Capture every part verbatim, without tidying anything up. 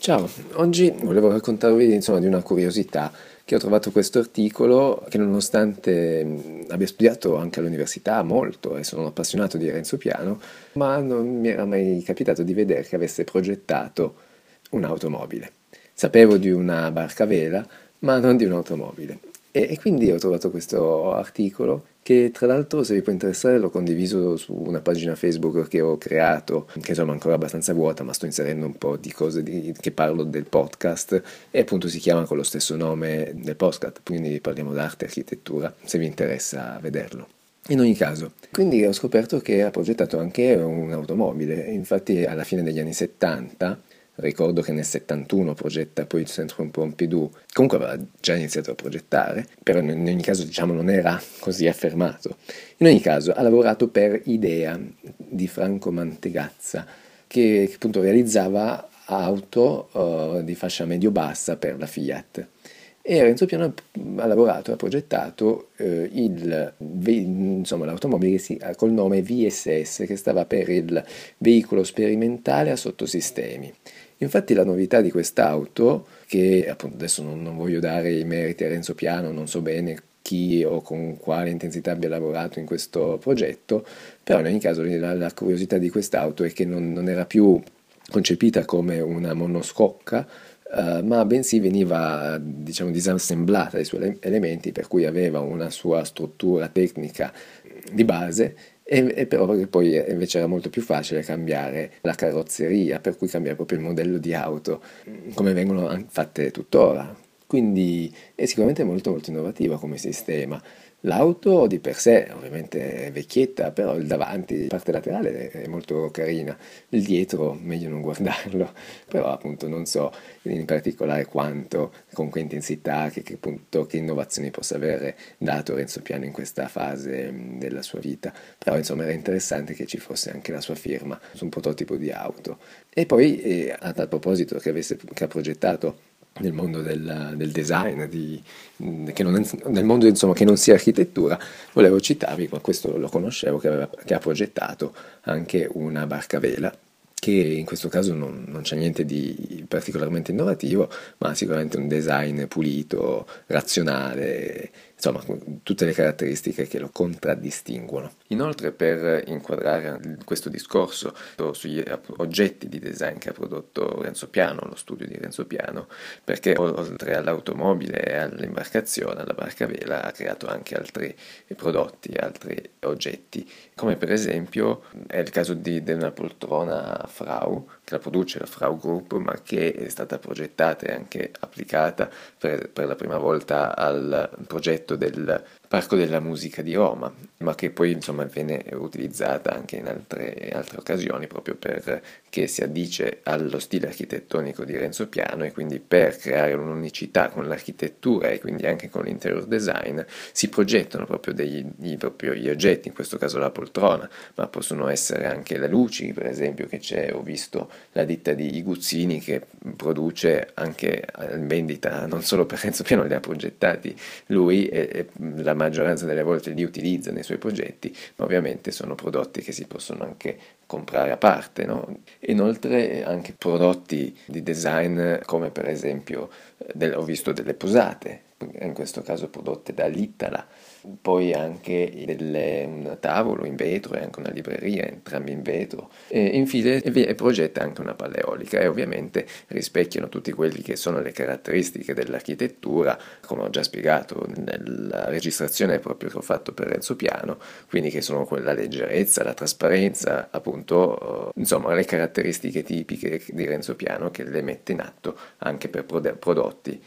Ciao, oggi volevo raccontarvi insomma di una curiosità che ho trovato questo articolo che nonostante mh, abbia studiato anche all'università molto e sono appassionato di Renzo Piano, ma non mi era mai capitato di vedere che avesse progettato un'automobile. Sapevo di una barca a vela, ma non di un'automobile. E, e quindi ho trovato questo articolo che tra l'altro se vi può interessare l'ho condiviso su una pagina Facebook che ho creato, che insomma è ancora abbastanza vuota, ma sto inserendo un po' di cose di- che parlo del podcast e appunto si chiama con lo stesso nome del podcast, quindi parliamo d'arte e architettura, se vi interessa vederlo. In ogni caso, quindi ho scoperto che ha progettato anche un'automobile, infatti alla fine degli anni settanta, ricordo che nel settantuno progetta poi il Centre Pompidou, comunque aveva già iniziato a progettare, però in ogni caso diciamo non era così affermato. In ogni caso ha lavorato per Idea di Franco Mantegazza, che, che appunto realizzava auto eh, di fascia medio-bassa per la Fiat. E Renzo Piano ha lavorato, ha progettato eh, il, ve- insomma, l'automobile che si, col nome V S S, che stava per il veicolo sperimentale a sottosistemi. Infatti la novità di quest'auto, che appunto adesso non, non voglio dare i meriti a Renzo Piano, non so bene chi o con quale intensità abbia lavorato in questo progetto, però in ogni caso la, la curiosità di quest'auto è che non, non era più concepita come una monoscocca, eh, ma bensì veniva, diciamo, disassemblata dai suoi elementi, per cui aveva una sua struttura tecnica di base, e, e però che poi invece era molto più facile cambiare la carrozzeria, per cui cambiare proprio il modello di auto, come vengono an- fatte tuttora. Quindi è sicuramente molto molto innovativa come sistema. L'auto di per sé ovviamente è vecchietta, però il davanti, la parte laterale è molto carina, il dietro meglio non guardarlo, però appunto non so in particolare quanto, con che intensità, che, che, punto, che innovazioni possa avere dato Renzo Piano in questa fase mh, della sua vita, però insomma era interessante che ci fosse anche la sua firma su un prototipo di auto. E poi eh, a tal proposito che, avesse, che ha progettato nel mondo del, del design, di, che non, nel mondo insomma, che non sia architettura, volevo citarvi, ma questo lo conoscevo, che, aveva, che ha progettato anche una barca a vela, che in questo caso non, non c'è niente di particolarmente innovativo, ma sicuramente un design pulito, razionale, insomma tutte le caratteristiche che lo contraddistinguono. Inoltre, per inquadrare questo discorso sugli oggetti di design che ha prodotto Renzo Piano, lo studio di Renzo Piano, perché oltre all'automobile e all'imbarcazione, alla barca a vela ha creato anche altri prodotti, altri oggetti, come per esempio è il caso di, di una poltrona Frau, che la produce la Frau Group, ma che è stata progettata e anche applicata per, per la prima volta al progetto del Parco della Musica di Roma, ma che poi insomma viene utilizzata anche in altre, altre occasioni proprio perché si addice allo stile architettonico di Renzo Piano e quindi per creare un'unicità con l'architettura e quindi anche con l'interior design si progettano proprio degli, gli, proprio gli oggetti, in questo caso la poltrona, ma possono essere anche le luci, per esempio, che c'è, ho visto la ditta di Iguzzini che produce anche in vendita, non solo per Renzo Piano, li ha progettati lui e, e la maggioranza delle volte li utilizza nei suoi progetti, ma ovviamente sono prodotti che si possono anche comprare a parte, no? Inoltre anche prodotti di design come per esempio del, ho visto delle posate, in questo caso prodotte dall'Ittala, poi anche delle, un tavolo in vetro e anche una libreria, entrambi in vetro, e infine e progetta anche una palla eolica e ovviamente rispecchiano tutti quelli che sono le caratteristiche dell'architettura, come ho già spiegato nella registrazione proprio che ho fatto per Renzo Piano, quindi che sono quella leggerezza, la trasparenza, appunto, eh, insomma le caratteristiche tipiche di Renzo Piano che le mette in atto anche per prodotti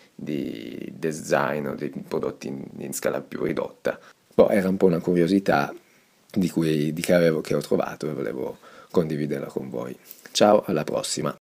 di design o di prodotti in, in scala più ridotta. Boh, era un po' una curiosità di cui di che avevo che ho trovato e volevo condividerla con voi. Ciao, alla prossima!